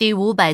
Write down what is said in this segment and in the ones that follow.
第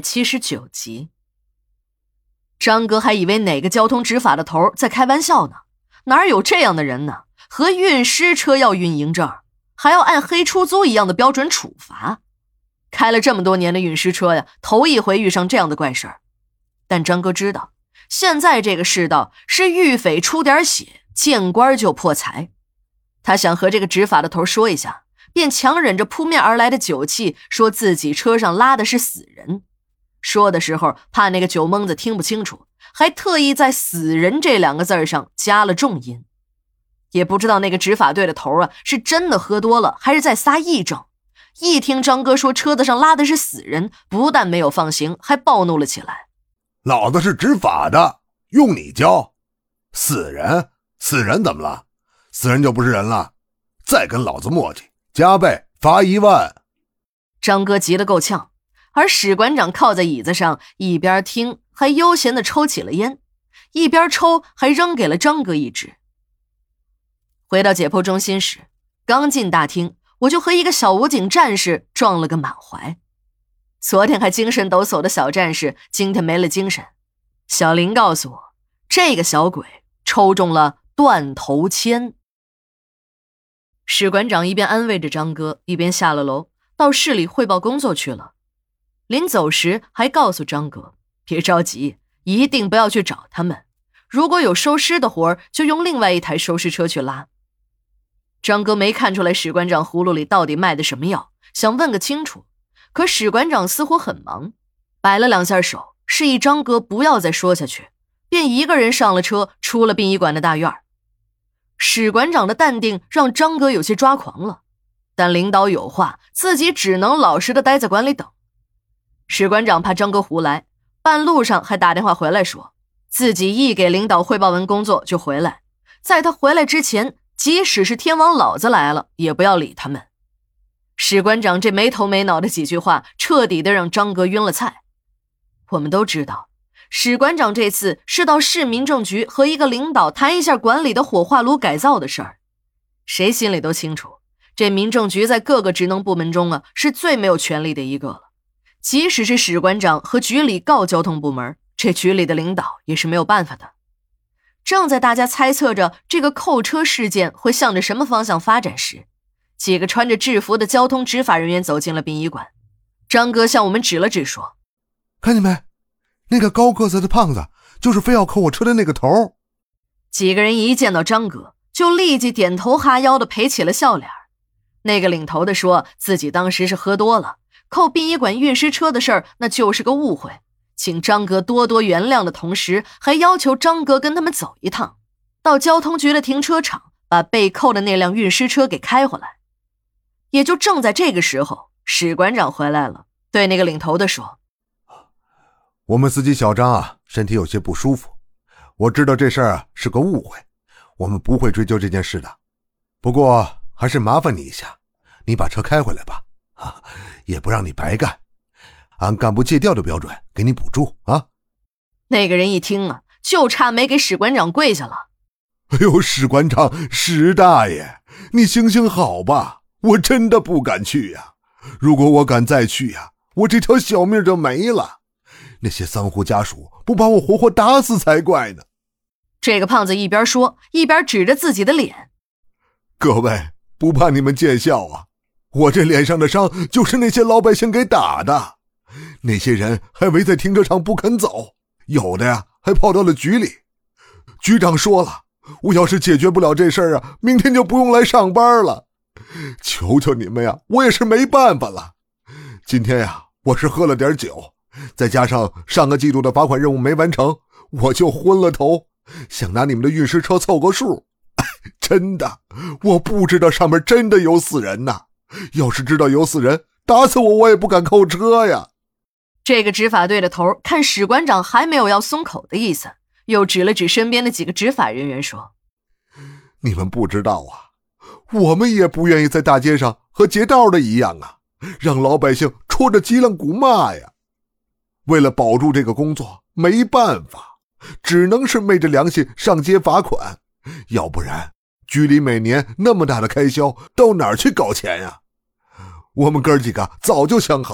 579集。张哥还以为哪个交通执法的头在开玩笑呢，哪有这样的人呢？和运尸车要运营证，还要按黑出租一样的标准处罚。开了这么多年的运尸车呀，头一回遇上这样的怪事儿。但张哥知道，现在这个世道是遇匪出点血，见官就破财。他想和这个执法的头说一下，便强忍着扑面而来的酒气，说自己车上拉的是死人。说的时候怕那个酒蒙子听不清楚，还特意在死人这2个字上加了重音。也不知道那个执法队的头是真的喝多了，还是在撒癔症。一听张哥说车子上拉的是死人，不但没有放行，还暴怒了起来。 老子是执法的，用你教？死人？死人怎么了？死人就不是人了？再跟老子磨叽，加倍罚1万。 张哥急得够呛，而史馆长靠在椅子上，一边听还悠闲地抽起了烟，一边抽还扔给了张哥一支。回到解剖中心时，刚进大厅，我就和一个小武警战士撞了个满怀。昨天还精神抖擞的小战士今天没了精神。小林告诉我，这个小鬼抽中了断头签。史馆长一边安慰着张哥，一边下了楼，到市里汇报工作去了。临走时还告诉张哥，别着急，一定不要去找他们，如果有收尸的活，就用另外一台收尸车去拉。张哥没看出来史馆长葫芦里到底卖的什么药，想问个清楚，可史馆长似乎很忙，摆了2下手，示意张哥不要再说下去，便一个人上了车，出了殡仪馆的大院。史馆长的淡定让张哥有些抓狂了，但领导有话，自己只能老实的待在馆里等。史馆长怕张哥胡来，半路上还打电话回来说，自己一给领导汇报完工作就回来，在他回来之前，即使是天王老子来了，也不要理他们。史馆长这没头没脑的几句话，彻底的让张哥晕了菜。我们都知道，史馆长这次是到市民政局和一个领导谈一下馆里的火化炉改造的事儿。谁心里都清楚，这民政局在各个职能部门中是最没有权力的一个了。即使是史馆长和局里告交通部门，这局里的领导也是没有办法的。正在大家猜测着这个扣车事件会向着什么方向发展时，几个穿着制服的交通执法人员走进了殡仪馆。张哥向我们指了指说， 看见没，那个高个子的胖子就是非要扣我车的那个头。 几个人一见到张哥就立即点头哈腰的赔起了笑脸。那个领头的说自己当时是喝多了，扣殡仪馆运尸车的事儿那就是个误会，请张哥多多原谅的同时，还要求张哥跟他们走一趟，到交通局的停车场把被扣的那辆运尸车给开回来。也就正在这个时候，史馆长回来了，对那个领头的说， 我们司机小张身体有些不舒服，我知道这事儿是个误会，我们不会追究这件事的，不过还是麻烦你一下，你把车开回来吧，也不让你白干，按干部借调的标准给你补助啊。 那个人一听就差没给史馆长跪下了。 哎呦，史馆长，史大爷，你行行好吧，我真的不敢去呀，如果我敢再去呀，我这条小命就没了，那些丧户家属不把我活活打死才怪呢。 这个胖子一边说一边指着自己的脸， 各位不怕你们见笑我这脸上的伤就是那些老百姓给打的，那些人还围在停车场不肯走，有的还跑到了局里。局长说了，我要是解决不了这事儿明天就不用来上班了。求求你们我也是没办法了。今天我是喝了点酒，再加上上个季度的罚款任务没完成，我就昏了头，想拿你们的运尸车凑个数。真的，我不知道上面真的有死人呐，要是知道有死人，打死我也不敢扣车呀。 这个执法队的头看史馆长还没有要松口的意思，又指了指身边的几个执法人员说， 你们不知道我们也不愿意在大街上和劫道的一样让老百姓戳着脊梁骨骂呀。为了保住这个工作，没办法，只能是昧着良心上街罚款，要不然局里每年那么大的开销，到哪儿去搞钱呀？我们哥几个早就想好了，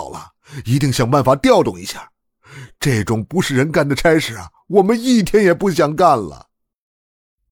一定想办法调动一下。这种不是人干的差事啊，我们一天也不想干了。